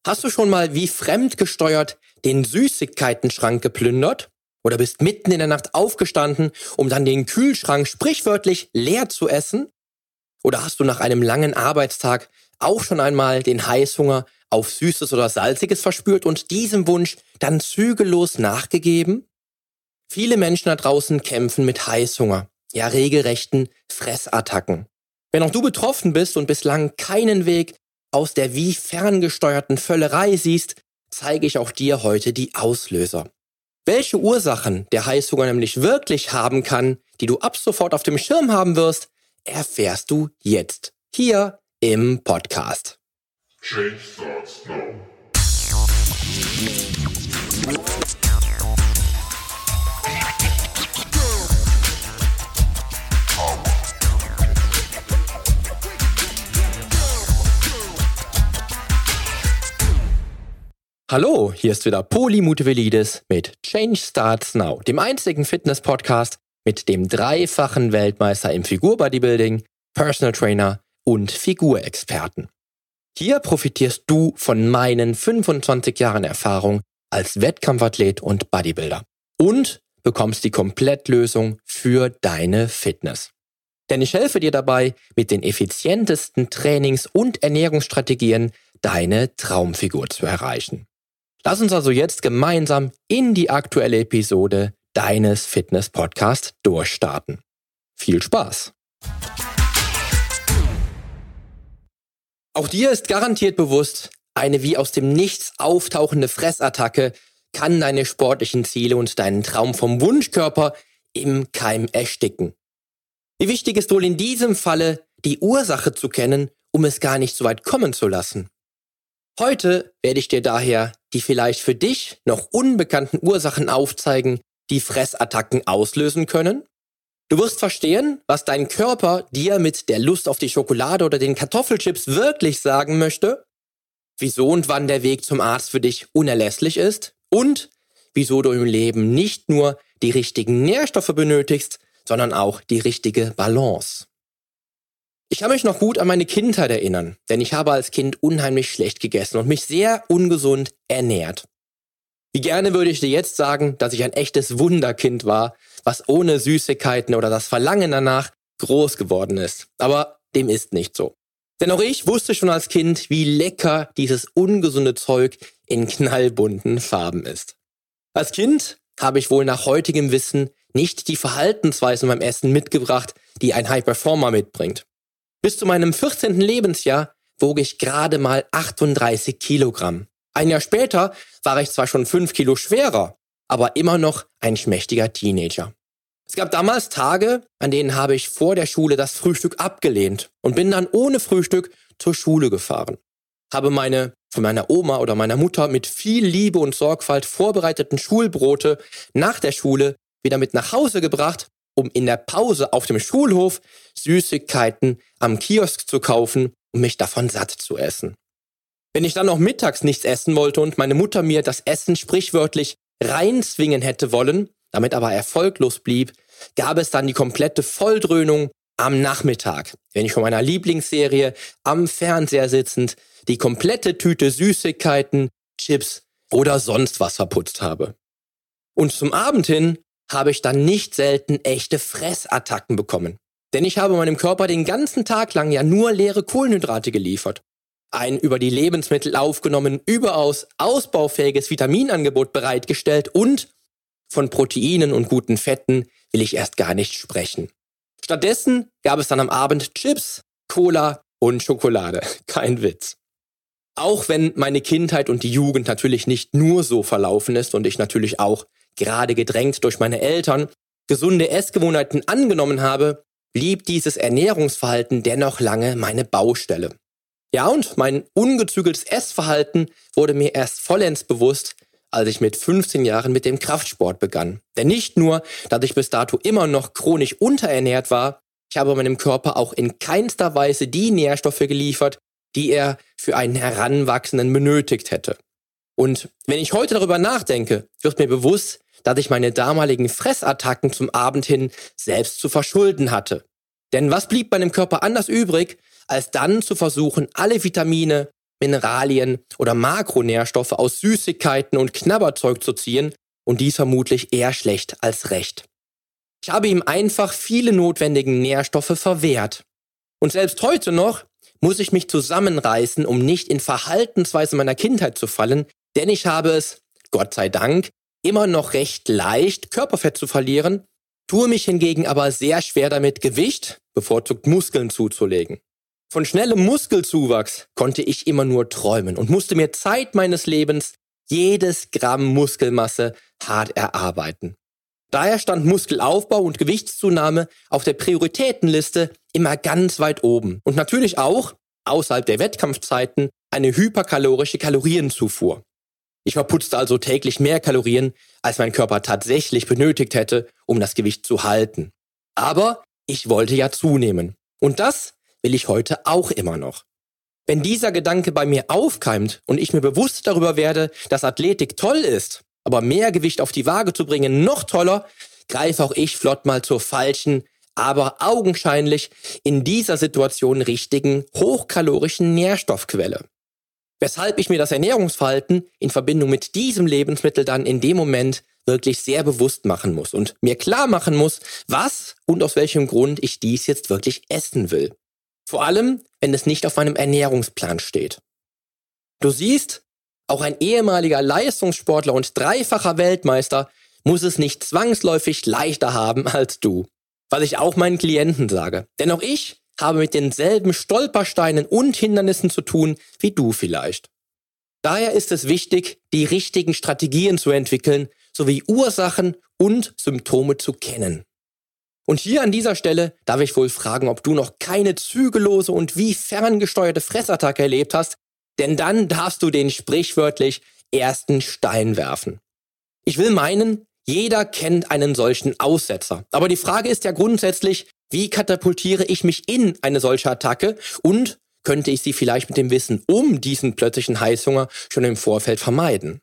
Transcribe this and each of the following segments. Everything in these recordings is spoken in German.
Hast du schon mal wie fremdgesteuert den Süßigkeitenschrank geplündert? Oder bist mitten in der Nacht aufgestanden, um dann den Kühlschrank sprichwörtlich leer zu essen? Oder hast du nach einem langen Arbeitstag auch schon einmal den Heißhunger auf Süßes oder Salziges verspürt und diesem Wunsch dann zügellos nachgegeben? Viele Menschen da draußen kämpfen mit Heißhunger, ja regelrechten Fressattacken. Wenn auch du betroffen bist und bislang keinen Weg aus der wie ferngesteuerten Völlerei siehst, zeige ich auch dir heute die Auslöser. Welche Ursachen der Heißhunger nämlich wirklich haben kann, die du ab sofort auf dem Schirm haben wirst, erfährst du jetzt hier im Podcast. Change starts now. Hallo, hier ist wieder Poli Mutevelidis mit Change Starts Now, dem einzigen Fitness-Podcast mit dem dreifachen Weltmeister im Figur-Bodybuilding, Personal Trainer und Figurexperten. Hier profitierst du von meinen 25 Jahren Erfahrung als Wettkampfathlet und Bodybuilder und bekommst die Komplettlösung für deine Fitness. Denn ich helfe dir dabei, mit den effizientesten Trainings- und Ernährungsstrategien deine Traumfigur zu erreichen. Lass uns also jetzt gemeinsam in die aktuelle Episode deines Fitness-Podcasts durchstarten. Viel Spaß! Auch dir ist garantiert bewusst, eine wie aus dem Nichts auftauchende Fressattacke kann deine sportlichen Ziele und deinen Traum vom Wunschkörper im Keim ersticken. Wie wichtig ist wohl in diesem Falle, die Ursache zu kennen, um es gar nicht so weit kommen zu lassen? Heute werde ich dir daher die vielleicht für dich noch unbekannten Ursachen aufzeigen, die Fressattacken auslösen können. Du wirst verstehen, was dein Körper dir mit der Lust auf die Schokolade oder den Kartoffelchips wirklich sagen möchte, wieso und wann der Weg zum Arzt für dich unerlässlich ist und wieso du im Leben nicht nur die richtigen Nährstoffe benötigst, sondern auch die richtige Balance. Ich kann mich noch gut an meine Kindheit erinnern, denn ich habe als Kind unheimlich schlecht gegessen und mich sehr ungesund ernährt. Wie gerne würde ich dir jetzt sagen, dass ich ein echtes Wunderkind war, was ohne Süßigkeiten oder das Verlangen danach groß geworden ist. Aber dem ist nicht so. Denn auch ich wusste schon als Kind, wie lecker dieses ungesunde Zeug in knallbunten Farben ist. Als Kind habe ich wohl nach heutigem Wissen nicht die Verhaltensweisen beim Essen mitgebracht, die ein High-Performer mitbringt. Bis zu meinem 14. Lebensjahr wog ich gerade mal 38 Kilogramm. Ein Jahr später war ich zwar schon 5 Kilo schwerer, aber immer noch ein schmächtiger Teenager. Es gab damals Tage, an denen habe ich vor der Schule das Frühstück abgelehnt und bin dann ohne Frühstück zur Schule gefahren. Habe meine von meiner Oma oder meiner Mutter mit viel Liebe und Sorgfalt vorbereiteten Schulbrote nach der Schule wieder mit nach Hause gebracht, um in der Pause auf dem Schulhof Süßigkeiten am Kiosk zu kaufen und mich davon satt zu essen. Wenn ich dann noch mittags nichts essen wollte und meine Mutter mir das Essen sprichwörtlich reinzwingen hätte wollen, damit aber erfolglos blieb, gab es dann die komplette Volldröhnung am Nachmittag, wenn ich von meiner Lieblingsserie am Fernseher sitzend die komplette Tüte Süßigkeiten, Chips oder sonst was verputzt habe. Und zum Abend hin habe ich dann nicht selten echte Fressattacken bekommen. Denn ich habe meinem Körper den ganzen Tag lang ja nur leere Kohlenhydrate geliefert. Ein über die Lebensmittel aufgenommen, überaus ausbaufähiges Vitaminangebot bereitgestellt und von Proteinen und guten Fetten will ich erst gar nicht sprechen. Stattdessen gab es dann am Abend Chips, Cola und Schokolade. Kein Witz. Auch wenn meine Kindheit und die Jugend natürlich nicht nur so verlaufen ist und ich natürlich auch, gerade gedrängt durch meine Eltern, gesunde Essgewohnheiten angenommen habe, blieb dieses Ernährungsverhalten dennoch lange meine Baustelle. Ja, und mein ungezügeltes Essverhalten wurde mir erst vollends bewusst, als ich mit 15 Jahren mit dem Kraftsport begann. Denn nicht nur, dass ich bis dato immer noch chronisch unterernährt war, ich habe meinem Körper auch in keinster Weise die Nährstoffe geliefert, die er für einen Heranwachsenden benötigt hätte. Und wenn ich heute darüber nachdenke, wird mir bewusst, dass ich meine damaligen Fressattacken zum Abend hin selbst zu verschulden hatte. Denn was blieb meinem Körper anders übrig, als dann zu versuchen, alle Vitamine, Mineralien oder Makronährstoffe aus Süßigkeiten und Knabberzeug zu ziehen und dies vermutlich eher schlecht als recht. Ich habe ihm einfach viele notwendigen Nährstoffe verwehrt. Und selbst heute noch muss ich mich zusammenreißen, um nicht in Verhaltensweise meiner Kindheit zu fallen, denn ich habe es, Gott sei Dank, immer noch recht leicht, Körperfett zu verlieren, tue mich hingegen aber sehr schwer damit, Gewicht, bevorzugt Muskeln zuzulegen. Von schnellem Muskelzuwachs konnte ich immer nur träumen und musste mir Zeit meines Lebens jedes Gramm Muskelmasse hart erarbeiten. Daher stand Muskelaufbau und Gewichtszunahme auf der Prioritätenliste immer ganz weit oben. Und natürlich auch, außerhalb der Wettkampfzeiten, eine hyperkalorische Kalorienzufuhr. Ich verputzte also täglich mehr Kalorien, als mein Körper tatsächlich benötigt hätte, um das Gewicht zu halten. Aber ich wollte ja zunehmen. Und das will ich heute auch immer noch. Wenn dieser Gedanke bei mir aufkeimt und ich mir bewusst darüber werde, dass Athletik toll ist, aber mehr Gewicht auf die Waage zu bringen noch toller, greife auch ich flott mal zur falschen, aber augenscheinlich in dieser Situation richtigen, hochkalorischen Nährstoffquelle. Weshalb ich mir das Ernährungsverhalten in Verbindung mit diesem Lebensmittel dann in dem Moment wirklich sehr bewusst machen muss und mir klar machen muss, was und aus welchem Grund ich dies jetzt wirklich essen will. Vor allem, wenn es nicht auf meinem Ernährungsplan steht. Du siehst, auch ein ehemaliger Leistungssportler und dreifacher Weltmeister muss es nicht zwangsläufig leichter haben als du. Was ich auch meinen Klienten sage. Denn auch ich habe mit denselben Stolpersteinen und Hindernissen zu tun wie du vielleicht. Daher ist es wichtig, die richtigen Strategien zu entwickeln, sowie Ursachen und Symptome zu kennen. Und hier an dieser Stelle darf ich wohl fragen, ob du noch keine zügellose und wie ferngesteuerte Fressattacke erlebt hast, denn dann darfst du den sprichwörtlich ersten Stein werfen. Ich will meinen, jeder kennt einen solchen Aussetzer. Aber die Frage ist ja grundsätzlich, wie katapultiere ich mich in eine solche Attacke und könnte ich sie vielleicht mit dem Wissen um diesen plötzlichen Heißhunger schon im Vorfeld vermeiden?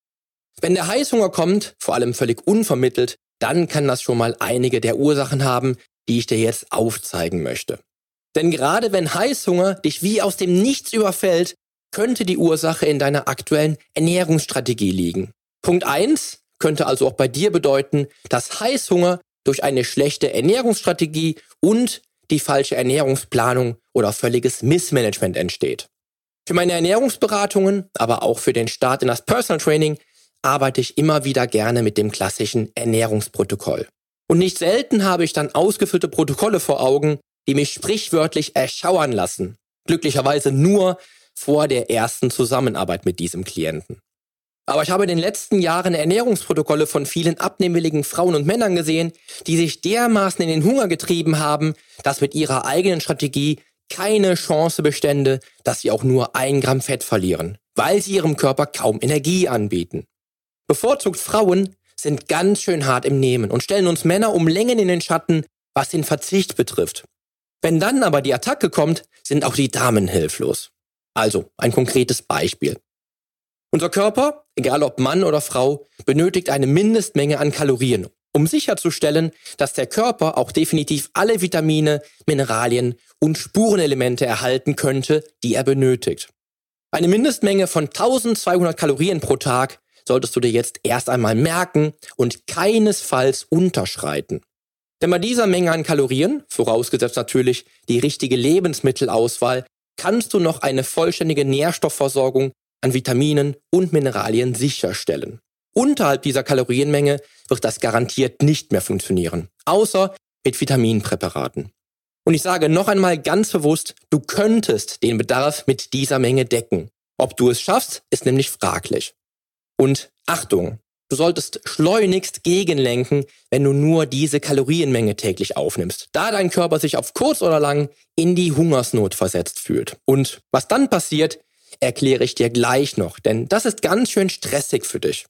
Wenn der Heißhunger kommt, vor allem völlig unvermittelt, dann kann das schon mal einige der Ursachen haben, die ich dir jetzt aufzeigen möchte. Denn gerade wenn Heißhunger dich wie aus dem Nichts überfällt, könnte die Ursache in deiner aktuellen Ernährungsstrategie liegen. Punkt 1 könnte also auch bei dir bedeuten, dass Heißhunger durch eine schlechte Ernährungsstrategie und die falsche Ernährungsplanung oder völliges Missmanagement entsteht. Für meine Ernährungsberatungen, aber auch für den Start in das Personal Training arbeite ich immer wieder gerne mit dem klassischen Ernährungsprotokoll. Und nicht selten habe ich dann ausgefüllte Protokolle vor Augen, die mich sprichwörtlich erschauern lassen. Glücklicherweise nur vor der ersten Zusammenarbeit mit diesem Klienten. Aber ich habe in den letzten Jahren Ernährungsprotokolle von vielen abnehmwilligen Frauen und Männern gesehen, die sich dermaßen in den Hunger getrieben haben, dass mit ihrer eigenen Strategie keine Chance bestände, dass sie auch nur 1 Gramm Fett verlieren, weil sie ihrem Körper kaum Energie anbieten. Bevorzugt Frauen sind ganz schön hart im Nehmen und stellen uns Männer um Längen in den Schatten, was den Verzicht betrifft. Wenn dann aber die Attacke kommt, sind auch die Damen hilflos. Also, ein konkretes Beispiel. Unser Körper, egal ob Mann oder Frau, benötigt eine Mindestmenge an Kalorien, um sicherzustellen, dass der Körper auch definitiv alle Vitamine, Mineralien und Spurenelemente erhalten könnte, die er benötigt. Eine Mindestmenge von 1200 Kalorien pro Tag solltest du dir jetzt erst einmal merken und keinesfalls unterschreiten. Denn bei dieser Menge an Kalorien, vorausgesetzt natürlich die richtige Lebensmittelauswahl, kannst du noch eine vollständige Nährstoffversorgung an Vitaminen und Mineralien sicherstellen. Unterhalb dieser Kalorienmenge wird das garantiert nicht mehr funktionieren, außer mit Vitaminpräparaten. Und ich sage noch einmal ganz bewusst, du könntest den Bedarf mit dieser Menge decken. Ob du es schaffst, ist nämlich fraglich. Und Achtung, du solltest schleunigst gegenlenken, wenn du nur diese Kalorienmenge täglich aufnimmst, da dein Körper sich auf kurz oder lang in die Hungersnot versetzt fühlt. Und was dann passiert, erkläre ich dir gleich noch, denn das ist ganz schön stressig für dich.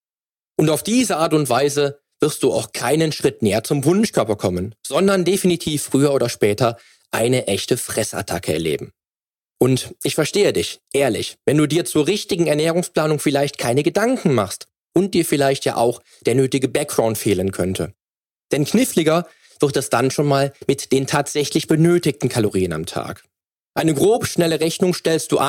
Und auf diese Art und Weise wirst du auch keinen Schritt näher zum Wunschkörper kommen, sondern definitiv früher oder später eine echte Fressattacke erleben. Und ich verstehe dich, ehrlich, wenn du dir zur richtigen Ernährungsplanung vielleicht keine Gedanken machst und dir vielleicht ja auch der nötige Background fehlen könnte. Denn kniffliger wird es dann schon mal mit den tatsächlich benötigten Kalorien am Tag. Eine grob schnelle Rechnung stellst du an,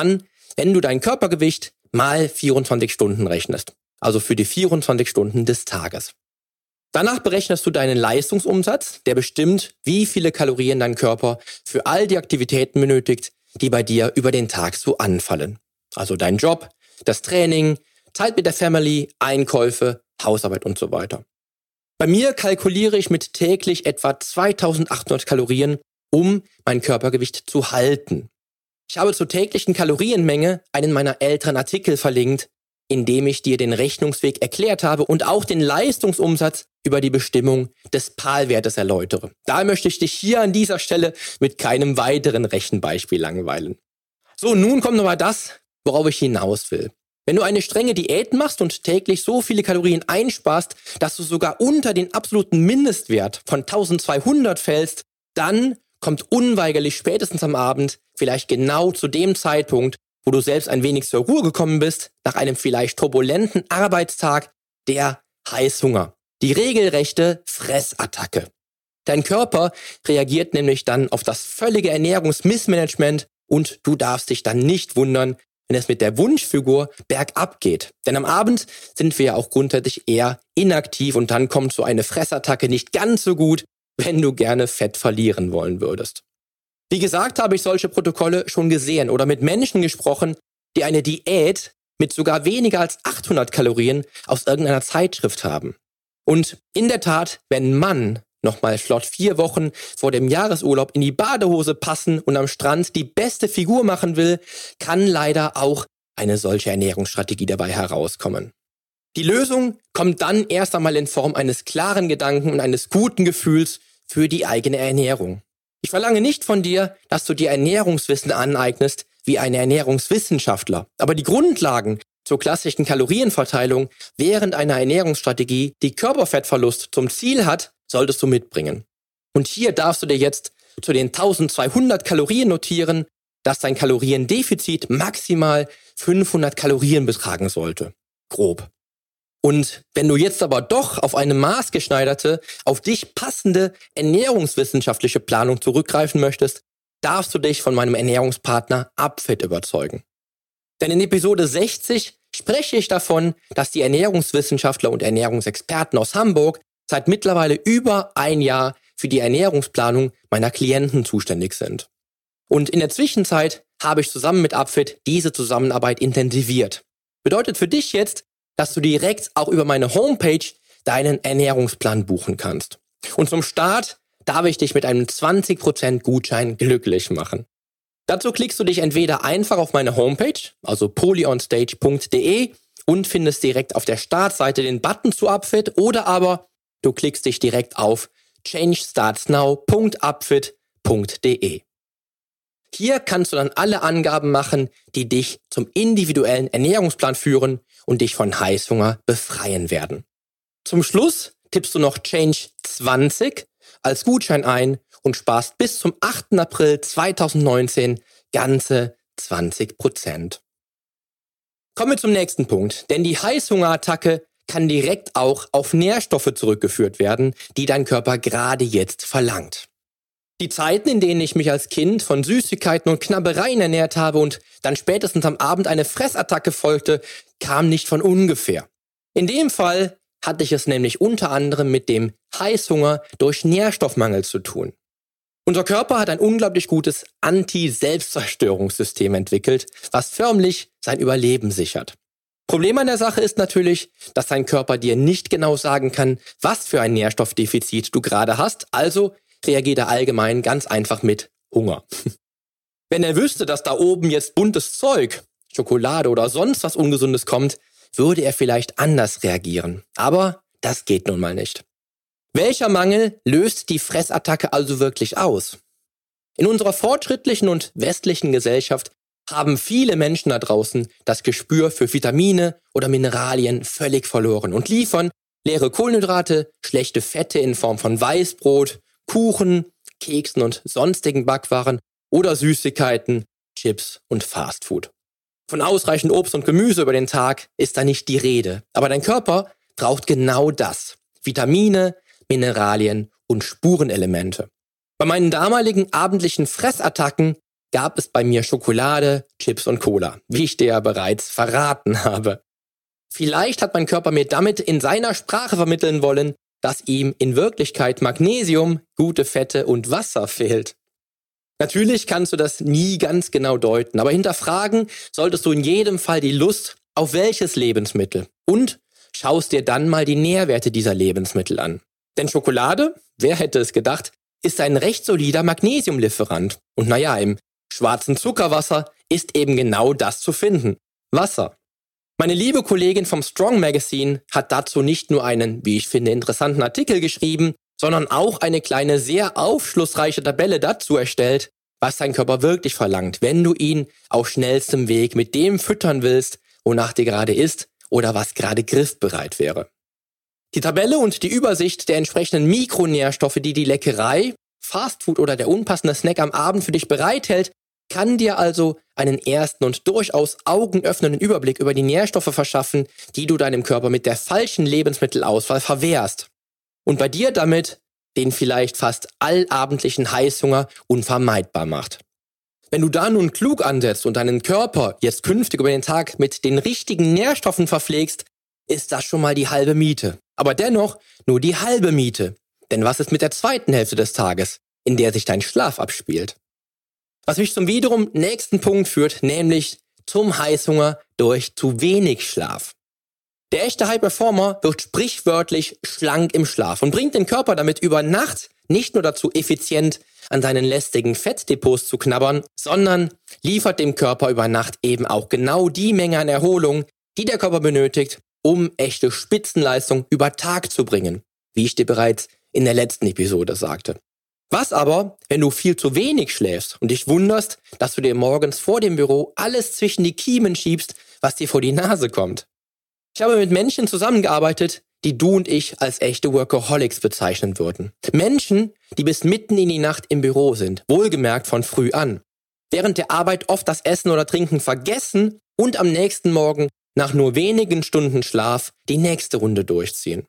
wenn du dein Körpergewicht mal 24 Stunden rechnest. Also für die 24 Stunden des Tages. Danach berechnest du deinen Leistungsumsatz, der bestimmt, wie viele Kalorien dein Körper für all die Aktivitäten benötigt, die bei dir über den Tag so anfallen. Also dein Job, das Training, Zeit mit der Family, Einkäufe, Hausarbeit und so weiter. Bei mir kalkuliere ich mit täglich etwa 2800 Kalorien, um mein Körpergewicht zu halten. Ich habe zur täglichen Kalorienmenge einen meiner älteren Artikel verlinkt, in dem ich dir den Rechnungsweg erklärt habe und auch den Leistungsumsatz über die Bestimmung des PAL-Wertes erläutere. Da möchte ich dich hier an dieser Stelle mit keinem weiteren Rechenbeispiel langweilen. So, nun kommt nochmal das, worauf ich hinaus will. Wenn du eine strenge Diät machst und täglich so viele Kalorien einsparst, dass du sogar unter den absoluten Mindestwert von 1200 fällst, dann kommt unweigerlich spätestens am Abend, vielleicht genau zu dem Zeitpunkt, wo du selbst ein wenig zur Ruhe gekommen bist, nach einem vielleicht turbulenten Arbeitstag, der Heißhunger. Die regelrechte Fressattacke. Dein Körper reagiert nämlich dann auf das völlige Ernährungsmissmanagement und du darfst dich dann nicht wundern, wenn es mit der Wunschfigur bergab geht. Denn am Abend sind wir ja auch grundsätzlich eher inaktiv und dann kommt so eine Fressattacke nicht ganz so gut, wenn du gerne Fett verlieren wollen würdest. Wie gesagt, habe ich solche Protokolle schon gesehen oder mit Menschen gesprochen, die eine Diät mit sogar weniger als 800 Kalorien aus irgendeiner Zeitschrift haben. Und in der Tat, wenn man nochmal flott 4 Wochen vor dem Jahresurlaub in die Badehose passen und am Strand die beste Figur machen will, kann leider auch eine solche Ernährungsstrategie dabei herauskommen. Die Lösung kommt dann erst einmal in Form eines klaren Gedanken und eines guten Gefühls für die eigene Ernährung. Ich verlange nicht von dir, dass du dir Ernährungswissen aneignest wie ein Ernährungswissenschaftler, aber die Grundlagen zur klassischen Kalorienverteilung während einer Ernährungsstrategie, die Körperfettverlust zum Ziel hat, solltest du mitbringen. Und hier darfst du dir jetzt zu den 1200 Kalorien notieren, dass dein Kaloriendefizit maximal 500 Kalorien betragen sollte. Grob. Und wenn du jetzt aber doch auf eine maßgeschneiderte, auf dich passende ernährungswissenschaftliche Planung zurückgreifen möchtest, darfst du dich von meinem Ernährungspartner Upfit überzeugen. Denn in Episode 60 spreche ich davon, dass die Ernährungswissenschaftler und Ernährungsexperten aus Hamburg seit mittlerweile über ein Jahr für die Ernährungsplanung meiner Klienten zuständig sind. Und in der Zwischenzeit habe ich zusammen mit Upfit diese Zusammenarbeit intensiviert. Bedeutet für dich jetzt, dass du direkt auch über meine Homepage deinen Ernährungsplan buchen kannst. Und zum Start darf ich dich mit einem 20% Gutschein glücklich machen. Dazu klickst du dich entweder einfach auf meine Homepage, also polyonstage.de und findest direkt auf der Startseite den Button zu Upfit oder aber du klickst dich direkt auf changestartsnow.upfit.de. Hier kannst du dann alle Angaben machen, die dich zum individuellen Ernährungsplan führen und dich von Heißhunger befreien werden. Zum Schluss tippst du noch Change 20 als Gutschein ein und sparst bis zum 8. April 2019 ganze 20%. Kommen wir zum nächsten Punkt, denn die Heißhungerattacke kann direkt auch auf Nährstoffe zurückgeführt werden, die dein Körper gerade jetzt verlangt. Die Zeiten, in denen ich mich als Kind von Süßigkeiten und Knabbereien ernährt habe und dann spätestens am Abend eine Fressattacke folgte, kamen nicht von ungefähr. In dem Fall hatte ich es nämlich unter anderem mit dem Heißhunger durch Nährstoffmangel zu tun. Unser Körper hat ein unglaublich gutes Anti-Selbstzerstörungssystem entwickelt, was förmlich sein Überleben sichert. Problem an der Sache ist natürlich, dass dein Körper dir nicht genau sagen kann, was für ein Nährstoffdefizit du gerade hast, also reagiert er allgemein ganz einfach mit Hunger. Wenn er wüsste, dass da oben jetzt buntes Zeug, Schokolade oder sonst was Ungesundes kommt, würde er vielleicht anders reagieren. Aber das geht nun mal nicht. Welcher Mangel löst die Fressattacke also wirklich aus? In unserer fortschrittlichen und westlichen Gesellschaft haben viele Menschen da draußen das Gespür für Vitamine oder Mineralien völlig verloren und liefern leere Kohlenhydrate, schlechte Fette in Form von Weißbrot, Kuchen, Keksen und sonstigen Backwaren oder Süßigkeiten, Chips und Fastfood. Von ausreichend Obst und Gemüse über den Tag ist da nicht die Rede. Aber dein Körper braucht genau das. Vitamine, Mineralien und Spurenelemente. Bei meinen damaligen abendlichen Fressattacken gab es bei mir Schokolade, Chips und Cola, wie ich dir ja bereits verraten habe. Vielleicht hat mein Körper mir damit in seiner Sprache vermitteln wollen, dass ihm in Wirklichkeit Magnesium, gute Fette und Wasser fehlt. Natürlich kannst du das nie ganz genau deuten, aber hinterfragen solltest du in jedem Fall die Lust auf welches Lebensmittel und schaust dir dann mal die Nährwerte dieser Lebensmittel an. Denn Schokolade, wer hätte es gedacht, ist ein recht solider Magnesiumlieferant. Und naja, im schwarzen Zuckerwasser ist eben genau das zu finden. Wasser. Meine liebe Kollegin vom Strong Magazine hat dazu nicht nur einen, wie ich finde, interessanten Artikel geschrieben, sondern auch eine kleine, sehr aufschlussreiche Tabelle dazu erstellt, was dein Körper wirklich verlangt, wenn du ihn auf schnellstem Weg mit dem füttern willst, wonach dir gerade ist oder was gerade griffbereit wäre. Die Tabelle und die Übersicht der entsprechenden Mikronährstoffe, die die Leckerei, Fastfood oder der unpassende Snack am Abend für dich bereithält, kann dir also einen ersten und durchaus augenöffnenden Überblick über die Nährstoffe verschaffen, die du deinem Körper mit der falschen Lebensmittelauswahl verwehrst. Und bei dir damit den vielleicht fast allabendlichen Heißhunger unvermeidbar macht. Wenn du da nun klug ansetzt und deinen Körper jetzt künftig über den Tag mit den richtigen Nährstoffen verpflegst, ist das schon mal die halbe Miete. Aber dennoch nur die halbe Miete. Denn was ist mit der zweiten Hälfte des Tages, in der sich dein Schlaf abspielt? Was mich zum wiederum nächsten Punkt führt, nämlich zum Heißhunger durch zu wenig Schlaf. Der echte High Performer wird sprichwörtlich schlank im Schlaf und bringt den Körper damit über Nacht nicht nur dazu, effizient an seinen lästigen Fettdepots zu knabbern, sondern liefert dem Körper über Nacht eben auch genau die Menge an Erholung, die der Körper benötigt, um echte Spitzenleistung über Tag zu bringen, wie ich dir bereits in der letzten Episode sagte. Was aber, wenn du viel zu wenig schläfst und dich wunderst, dass du dir morgens vor dem Büro alles zwischen die Kiemen schiebst, was dir vor die Nase kommt? Ich habe mit Menschen zusammengearbeitet, die du und ich als echte Workaholics bezeichnen würden. Menschen, die bis mitten in die Nacht im Büro sind, wohlgemerkt von früh an. Während der Arbeit oft das Essen oder Trinken vergessen und am nächsten Morgen nach nur wenigen Stunden Schlaf die nächste Runde durchziehen.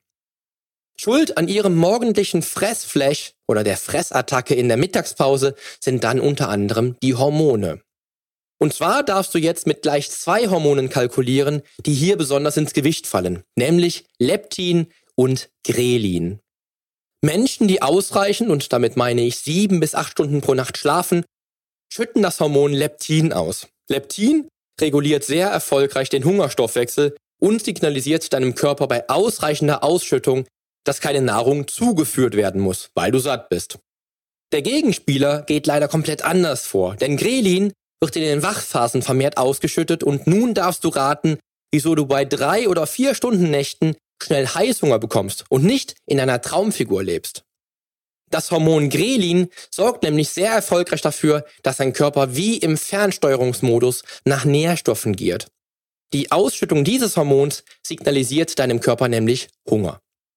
Schuld an ihrem morgendlichen Fressflash oder der Fressattacke in der Mittagspause sind dann unter anderem die Hormone. Und zwar darfst du jetzt mit gleich 2 Hormonen kalkulieren, die hier besonders ins Gewicht fallen, nämlich Leptin und Grelin. Menschen, die ausreichend, und damit meine ich 7 bis 8 Stunden pro Nacht schlafen, schütten das Hormon Leptin aus. Leptin reguliert sehr erfolgreich den Hungerstoffwechsel und signalisiert deinem Körper bei ausreichender Ausschüttung, dass keine Nahrung zugeführt werden muss, weil du satt bist. Der Gegenspieler geht leider komplett anders vor, denn Grelin wird in den Wachphasen vermehrt ausgeschüttet und nun darfst du raten, wieso du bei 3 oder 4 Stunden Nächten schnell Heißhunger bekommst und nicht in einer Traumfigur lebst. Das Hormon Grelin sorgt nämlich sehr erfolgreich dafür, dass dein Körper wie im Fernsteuerungsmodus nach Nährstoffen giert. Die Ausschüttung dieses Hormons signalisiert deinem Körper nämlich Hunger.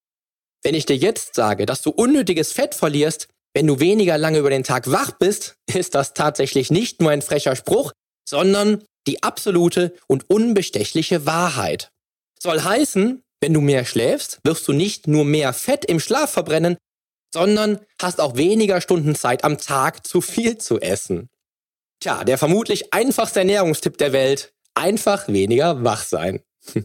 Wenn ich dir jetzt sage, dass du unnötiges Fett verlierst, wenn du weniger lange über den Tag wach bist, ist das tatsächlich nicht nur ein frecher Spruch, sondern die absolute und unbestechliche Wahrheit. Soll heißen, wenn du mehr schläfst, wirst du nicht nur mehr Fett im Schlaf verbrennen, sondern hast auch weniger Stunden Zeit am Tag zu viel zu essen. Tja, der vermutlich einfachste Ernährungstipp der Welt, einfach weniger wach sein.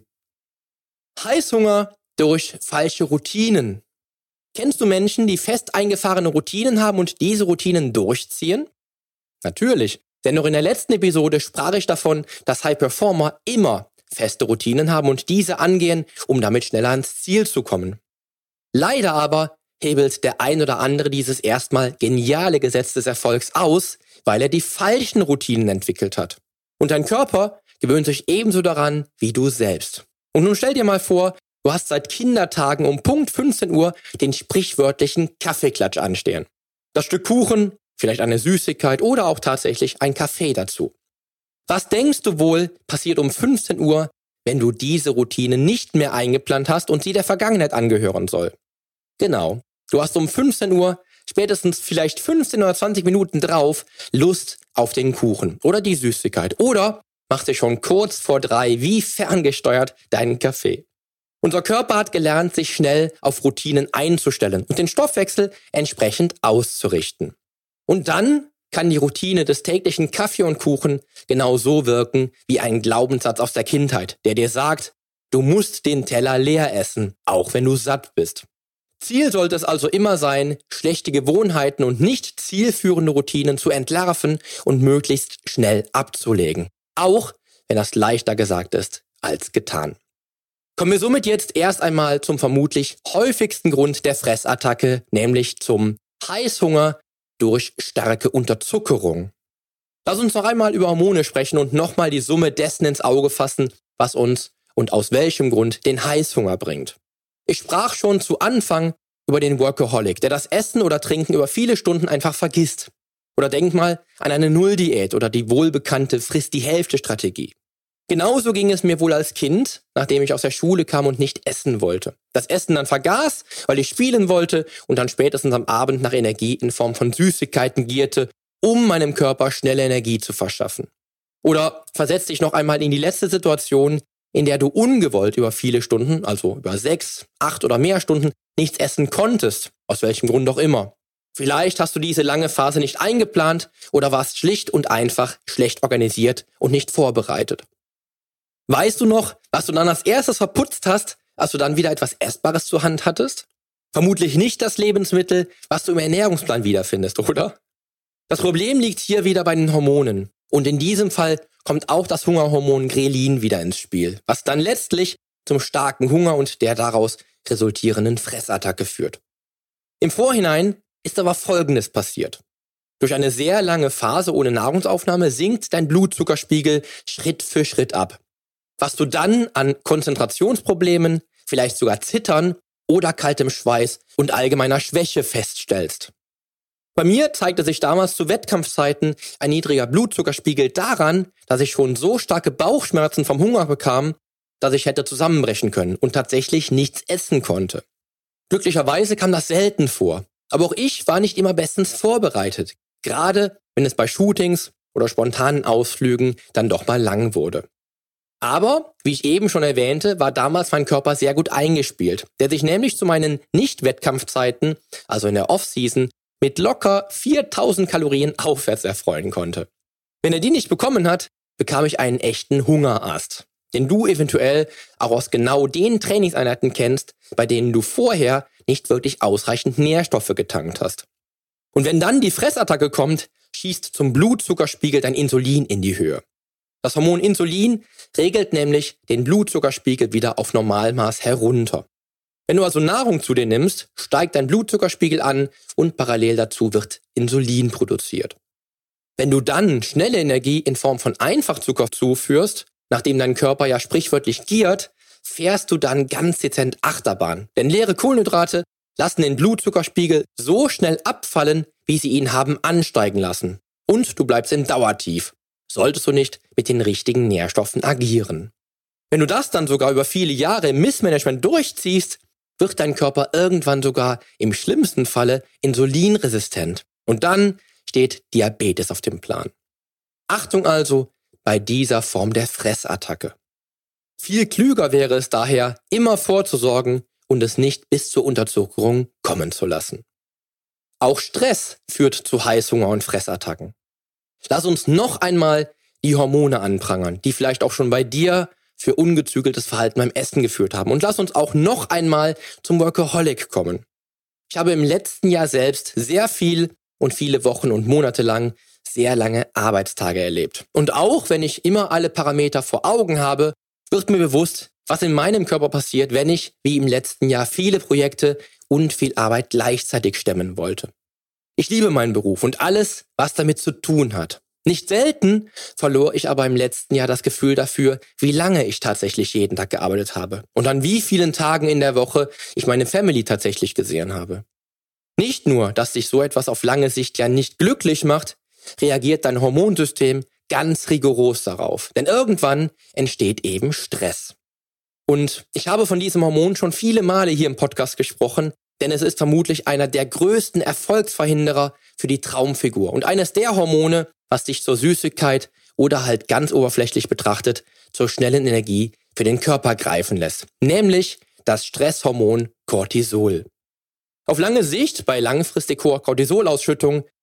Heißhunger durch falsche Routinen. Kennst du Menschen, die fest eingefahrene Routinen haben und diese Routinen durchziehen? Natürlich, denn noch in der letzten Episode sprach ich davon, dass High Performer immer feste Routinen haben und diese angehen, um damit schneller ans Ziel zu kommen. Leider aber hebelt der ein oder andere dieses erstmal geniale Gesetz des Erfolgs aus, weil er die falschen Routinen entwickelt hat. Und dein Körper gewöhnt sich ebenso daran wie du selbst. Und nun stell dir mal vor, du hast seit Kindertagen um Punkt 15 Uhr den sprichwörtlichen Kaffeeklatsch anstehen. Das Stück Kuchen, vielleicht eine Süßigkeit oder auch tatsächlich ein Kaffee dazu. Was denkst du wohl passiert um 15 Uhr, wenn du diese Routine nicht mehr eingeplant hast und sie der Vergangenheit angehören soll? Genau, du hast um 15 Uhr, spätestens vielleicht 15 oder 20 Minuten drauf, Lust auf den Kuchen oder die Süßigkeit oder machst dir schon kurz vor 3 wie ferngesteuert deinen Kaffee. Unser Körper hat gelernt, sich schnell auf Routinen einzustellen und den Stoffwechsel entsprechend auszurichten. Und dann kann die Routine des täglichen Kaffee und Kuchen genauso wirken wie ein Glaubenssatz aus der Kindheit, der dir sagt, du musst den Teller leer essen, auch wenn du satt bist. Ziel sollte es also immer sein, schlechte Gewohnheiten und nicht zielführende Routinen zu entlarven und möglichst schnell abzulegen. Auch wenn das leichter gesagt ist als getan. Kommen wir somit jetzt erst einmal zum vermutlich häufigsten Grund der Fressattacke, nämlich zum Heißhunger durch starke Unterzuckerung. Lass uns noch einmal über Hormone sprechen und nochmal die Summe dessen ins Auge fassen, was uns und aus welchem Grund den Heißhunger bringt. Ich sprach schon zu Anfang über den Workaholic, der das Essen oder Trinken über viele Stunden einfach vergisst. Oder denk mal an eine Nulldiät oder die wohlbekannte Friss-die-Hälfte-Strategie. Genauso ging es mir wohl als Kind, nachdem ich aus der Schule kam und nicht essen wollte. Das Essen dann vergaß, weil ich spielen wollte und dann spätestens am Abend nach Energie in Form von Süßigkeiten gierte, um meinem Körper schnelle Energie zu verschaffen. Oder versetz dich noch einmal in die letzte Situation, in der du ungewollt über viele Stunden, also über 6, 8 oder mehr Stunden, nichts essen konntest, aus welchem Grund auch immer. Vielleicht hast du diese lange Phase nicht eingeplant oder warst schlicht und einfach schlecht organisiert und nicht vorbereitet. Weißt du noch, was du dann als erstes verputzt hast, als du dann wieder etwas Essbares zur Hand hattest? Vermutlich nicht das Lebensmittel, was du im Ernährungsplan wiederfindest, oder? Das Problem liegt hier wieder bei den Hormonen. Und in diesem Fall kommt auch das Hungerhormon Grelin wieder ins Spiel, was dann letztlich zum starken Hunger und der daraus resultierenden Fressattacke führt. Im Vorhinein ist aber Folgendes passiert. Durch eine sehr lange Phase ohne Nahrungsaufnahme sinkt dein Blutzuckerspiegel Schritt für Schritt ab, was du dann an Konzentrationsproblemen, vielleicht sogar Zittern oder kaltem Schweiß und allgemeiner Schwäche feststellst. Bei mir zeigte sich damals zu Wettkampfzeiten ein niedriger Blutzuckerspiegel daran, dass ich schon so starke Bauchschmerzen vom Hunger bekam, dass ich hätte zusammenbrechen können und tatsächlich nichts essen konnte. Glücklicherweise kam das selten vor, aber auch ich war nicht immer bestens vorbereitet, gerade wenn es bei Shootings oder spontanen Ausflügen dann doch mal lang wurde. Aber, wie ich eben schon erwähnte, war damals mein Körper sehr gut eingespielt, der sich nämlich zu meinen Nicht-Wettkampfzeiten, also in der Off-Season, mit locker 4000 Kalorien aufwärts erfreuen konnte. Wenn er die nicht bekommen hat, bekam ich einen echten Hungerast, den du eventuell auch aus genau den Trainingseinheiten kennst, bei denen du vorher nicht wirklich ausreichend Nährstoffe getankt hast. Und wenn dann die Fressattacke kommt, schießt zum Blutzuckerspiegel dein Insulin in die Höhe. Das Hormon Insulin regelt nämlich den Blutzuckerspiegel wieder auf Normalmaß herunter. Wenn du also Nahrung zu dir nimmst, steigt dein Blutzuckerspiegel an und parallel dazu wird Insulin produziert. Wenn du dann schnelle Energie in Form von Einfachzucker zuführst, nachdem dein Körper ja sprichwörtlich giert, fährst du dann ganz dezent Achterbahn. Denn leere Kohlenhydrate lassen den Blutzuckerspiegel so schnell abfallen, wie sie ihn haben ansteigen lassen. Und du bleibst in Dauertief, solltest du nicht mit den richtigen Nährstoffen agieren. Wenn du das dann sogar über viele Jahre im Missmanagement durchziehst, wird dein Körper irgendwann sogar im schlimmsten Falle insulinresistent. Und dann steht Diabetes auf dem Plan. Achtung also bei dieser Form der Fressattacke. Viel klüger wäre es daher, immer vorzusorgen und es nicht bis zur Unterzuckerung kommen zu lassen. Auch Stress führt zu Heißhunger und Fressattacken. Lass uns noch einmal die Hormone anprangern, die vielleicht auch schon bei dir für ungezügeltes Verhalten beim Essen geführt haben. Und lass uns auch noch einmal zum Workaholic kommen. Ich habe im letzten Jahr selbst sehr viel und viele Wochen und Monate lang sehr lange Arbeitstage erlebt. Und auch wenn ich immer alle Parameter vor Augen habe, wird mir bewusst, was in meinem Körper passiert, wenn ich, wie im letzten Jahr, viele Projekte und viel Arbeit gleichzeitig stemmen wollte. Ich liebe meinen Beruf und alles, was damit zu tun hat. Nicht selten verlor ich aber im letzten Jahr das Gefühl dafür, wie lange ich tatsächlich jeden Tag gearbeitet habe und an wie vielen Tagen in der Woche ich meine Family tatsächlich gesehen habe. Nicht nur, dass sich so etwas auf lange Sicht ja nicht glücklich macht, reagiert dein Hormonsystem ganz rigoros darauf, denn irgendwann entsteht eben Stress. Und ich habe von diesem Hormon schon viele Male hier im Podcast gesprochen, denn es ist vermutlich einer der größten Erfolgsverhinderer für die Traumfigur und eines der Hormone, was dich zur Süßigkeit oder halt ganz oberflächlich betrachtet zur schnellen Energie für den Körper greifen lässt, nämlich das Stresshormon Cortisol. Auf lange Sicht, bei langfristig hoher Cortisolausschüttung,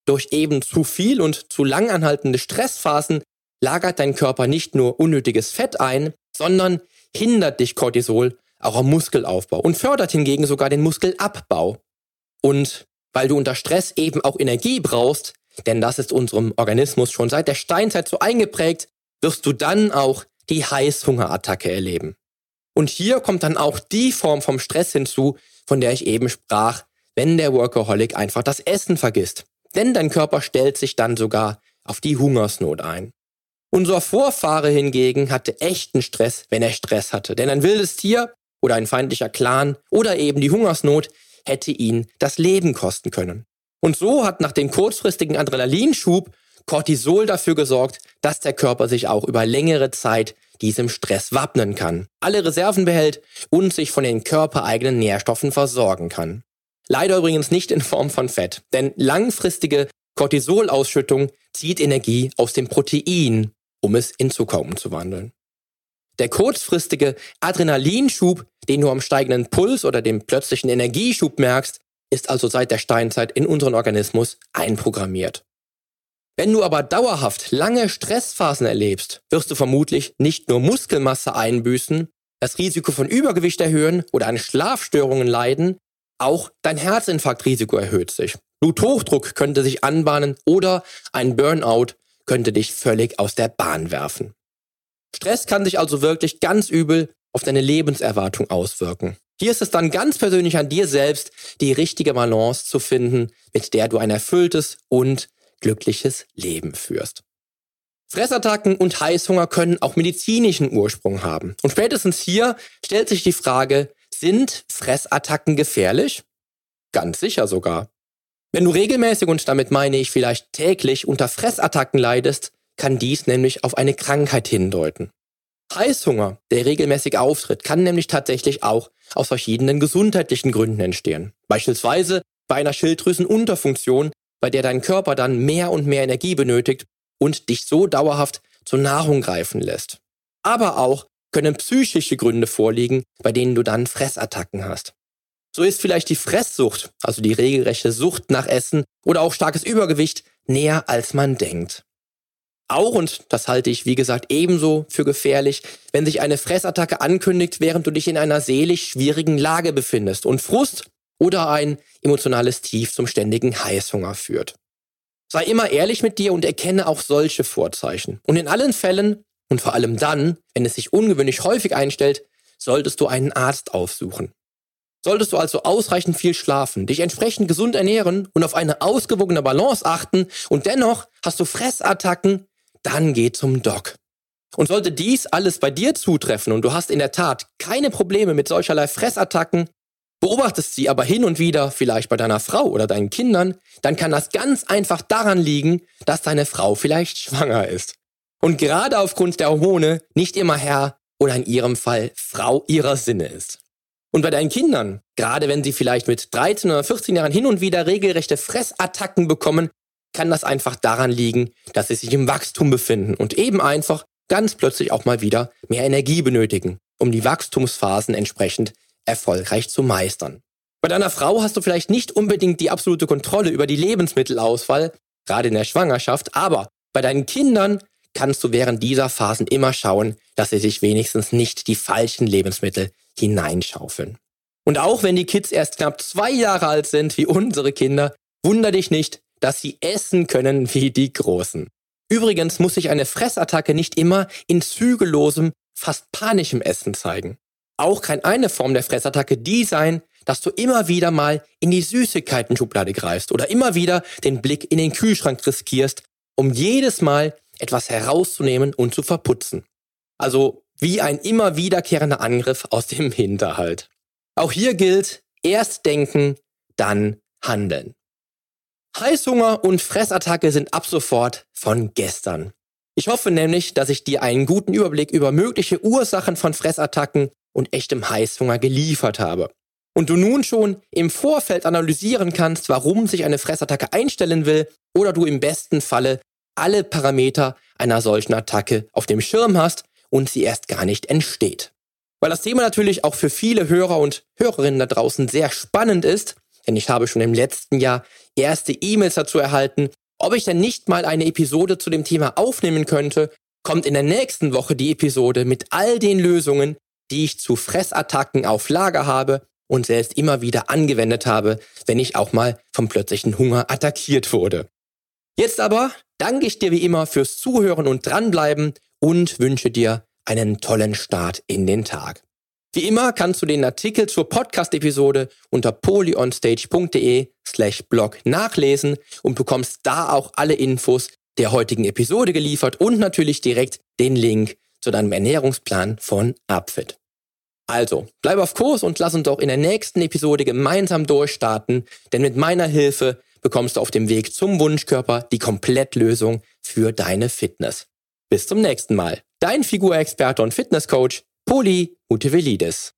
durch eben zu viel und zu lang anhaltende Stressphasen lagert dein Körper nicht nur unnötiges Fett ein, sondern hindert dich Cortisol auch am Muskelaufbau und fördert hingegen sogar den Muskelabbau. Und weil du unter Stress eben auch Energie brauchst, denn das ist unserem Organismus schon seit der Steinzeit so eingeprägt, wirst du dann auch die Heißhungerattacke erleben. Und hier kommt dann auch die Form vom Stress hinzu, von der ich eben sprach, wenn der Workaholic einfach das Essen vergisst. Denn dein Körper stellt sich dann sogar auf die Hungersnot ein. Unser Vorfahre hingegen hatte echten Stress, wenn er Stress hatte. Denn ein wildes Tier oder ein feindlicher Clan oder eben die Hungersnot hätte ihn das Leben kosten können. Und so hat nach dem kurzfristigen Adrenalinschub Cortisol dafür gesorgt, dass der Körper sich auch über längere Zeit diesem Stress wappnen kann, alle Reserven behält und sich von den körpereigenen Nährstoffen versorgen kann. Leider übrigens nicht in Form von Fett, denn langfristige Cortisolausschüttung zieht Energie aus dem Protein, um es in Zucker umzuwandeln. Der kurzfristige Adrenalinschub, den du am steigenden Puls oder dem plötzlichen Energieschub merkst, ist also seit der Steinzeit in unseren Organismus einprogrammiert. Wenn du aber dauerhaft lange Stressphasen erlebst, wirst du vermutlich nicht nur Muskelmasse einbüßen, das Risiko von Übergewicht erhöhen oder an Schlafstörungen leiden, auch dein Herzinfarktrisiko erhöht sich. Bluthochdruck könnte sich anbahnen oder ein Burnout könnte dich völlig aus der Bahn werfen. Stress kann sich also wirklich ganz übel auf deine Lebenserwartung auswirken. Hier ist es dann ganz persönlich an dir selbst, die richtige Balance zu finden, mit der du ein erfülltes und glückliches Leben führst. Fressattacken und Heißhunger können auch medizinischen Ursprung haben. Und spätestens hier stellt sich die Frage, sind Fressattacken gefährlich? Ganz sicher sogar. Wenn du regelmäßig, und damit meine ich vielleicht täglich, unter Fressattacken leidest, kann dies nämlich auf eine Krankheit hindeuten. Heißhunger, der regelmäßig auftritt, kann nämlich tatsächlich auch aus verschiedenen gesundheitlichen Gründen entstehen. Beispielsweise bei einer Schilddrüsenunterfunktion, bei der dein Körper dann mehr und mehr Energie benötigt und dich so dauerhaft zur Nahrung greifen lässt. Aber auch können psychische Gründe vorliegen, bei denen du dann Fressattacken hast. So ist vielleicht die Fresssucht, also die regelrechte Sucht nach Essen oder auch starkes Übergewicht, näher als man denkt. Auch, und das halte ich wie gesagt ebenso für gefährlich, wenn sich eine Fressattacke ankündigt, während du dich in einer seelisch schwierigen Lage befindest und Frust oder ein emotionales Tief zum ständigen Heißhunger führt. Sei immer ehrlich mit dir und erkenne auch solche Vorzeichen. Und in allen Fällen, und vor allem dann, wenn es sich ungewöhnlich häufig einstellt, solltest du einen Arzt aufsuchen. Solltest du also ausreichend viel schlafen, dich entsprechend gesund ernähren und auf eine ausgewogene Balance achten und dennoch hast du Fressattacken, dann geh zum Doc. Und sollte dies alles bei dir zutreffen und du hast in der Tat keine Probleme mit solcherlei Fressattacken, beobachtest sie aber hin und wieder vielleicht bei deiner Frau oder deinen Kindern, dann kann das ganz einfach daran liegen, dass deine Frau vielleicht schwanger ist. Und gerade aufgrund der Hormone nicht immer Herr oder in ihrem Fall Frau ihrer Sinne ist. Und bei deinen Kindern, gerade wenn sie vielleicht mit 13 oder 14 Jahren hin und wieder regelrechte Fressattacken bekommen, kann das einfach daran liegen, dass sie sich im Wachstum befinden und eben einfach ganz plötzlich auch mal wieder mehr Energie benötigen, um die Wachstumsphasen entsprechend erfolgreich zu meistern. Bei deiner Frau hast du vielleicht nicht unbedingt die absolute Kontrolle über die Lebensmittelauswahl, gerade in der Schwangerschaft, aber bei deinen Kindern kannst du während dieser Phasen immer schauen, dass sie sich wenigstens nicht die falschen Lebensmittel hineinschaufeln. Und auch wenn die Kids erst knapp 2 Jahre alt sind, wie unsere Kinder, wunder dich nicht, dass sie essen können wie die Großen. Übrigens muss sich eine Fressattacke nicht immer in zügellosem, fast panischem Essen zeigen. Auch kann eine Form der Fressattacke die sein, dass du immer wieder mal in die Süßigkeiten-Schublade greifst oder immer wieder den Blick in den Kühlschrank riskierst, um jedes Mal etwas herauszunehmen und zu verputzen. Also wie ein immer wiederkehrender Angriff aus dem Hinterhalt. Auch hier gilt, erst denken, dann handeln. Heißhunger und Fressattacke sind ab sofort von gestern. Ich hoffe nämlich, dass ich dir einen guten Überblick über mögliche Ursachen von Fressattacken und echtem Heißhunger geliefert habe. Und du nun schon im Vorfeld analysieren kannst, warum sich eine Fressattacke einstellen will oder du im besten Falle alle Parameter einer solchen Attacke auf dem Schirm hast und sie erst gar nicht entsteht. Weil das Thema natürlich auch für viele Hörer und Hörerinnen da draußen sehr spannend ist, denn ich habe schon im letzten Jahr erste E-Mails dazu erhalten, ob ich denn nicht mal eine Episode zu dem Thema aufnehmen könnte. Kommt in der nächsten Woche die Episode mit all den Lösungen, die ich zu Fressattacken auf Lager habe und selbst immer wieder angewendet habe, wenn ich auch mal vom plötzlichen Hunger attackiert wurde. Jetzt aber danke ich dir wie immer fürs Zuhören und Dranbleiben und wünsche dir einen tollen Start in den Tag. Wie immer kannst du den Artikel zur Podcast-Episode unter polyonstage.de/blog nachlesen und bekommst da auch alle Infos der heutigen Episode geliefert und natürlich direkt den Link zu deinem Ernährungsplan von Upfit. Also, bleib auf Kurs und lass uns doch in der nächsten Episode gemeinsam durchstarten, denn mit meiner Hilfe bekommst du auf dem Weg zum Wunschkörper die Komplettlösung für deine Fitness. Bis zum nächsten Mal. Dein Figurexperte und Fitnesscoach Poli Mutevelidis.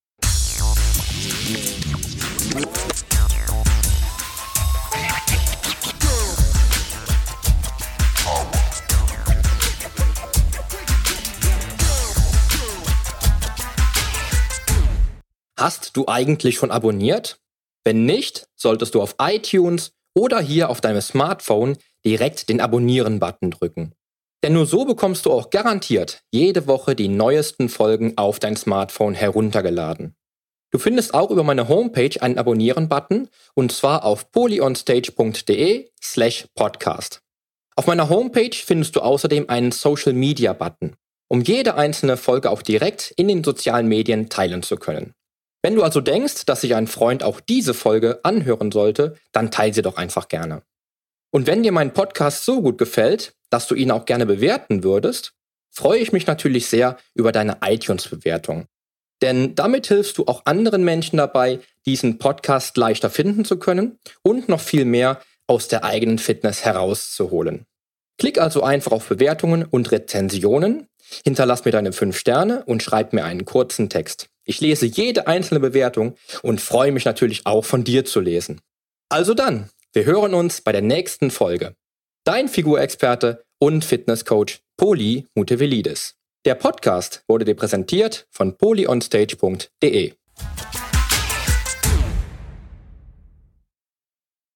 Hast du eigentlich schon abonniert? Wenn nicht, solltest du auf iTunes oder hier auf deinem Smartphone direkt den Abonnieren-Button drücken. Denn nur so bekommst du auch garantiert jede Woche die neuesten Folgen auf dein Smartphone heruntergeladen. Du findest auch über meine Homepage einen Abonnieren-Button und zwar auf polyonstage.de/podcast. Auf meiner Homepage findest du außerdem einen Social-Media-Button, um jede einzelne Folge auch direkt in den sozialen Medien teilen zu können. Wenn du also denkst, dass sich ein Freund auch diese Folge anhören sollte, dann teile sie doch einfach gerne. Und wenn dir mein Podcast so gut gefällt, dass du ihn auch gerne bewerten würdest, freue ich mich natürlich sehr über deine iTunes-Bewertung. Denn damit hilfst du auch anderen Menschen dabei, diesen Podcast leichter finden zu können und noch viel mehr aus der eigenen Fitness herauszuholen. Klick also einfach auf Bewertungen und Rezensionen, hinterlass mir deine 5 Sterne und schreib mir einen kurzen Text. Ich lese jede einzelne Bewertung und freue mich natürlich auch von dir zu lesen. Also dann, wir hören uns bei der nächsten Folge. Dein Figurexperte und Fitnesscoach Poli Mutevelidis. Der Podcast wurde dir präsentiert von polyonstage.de.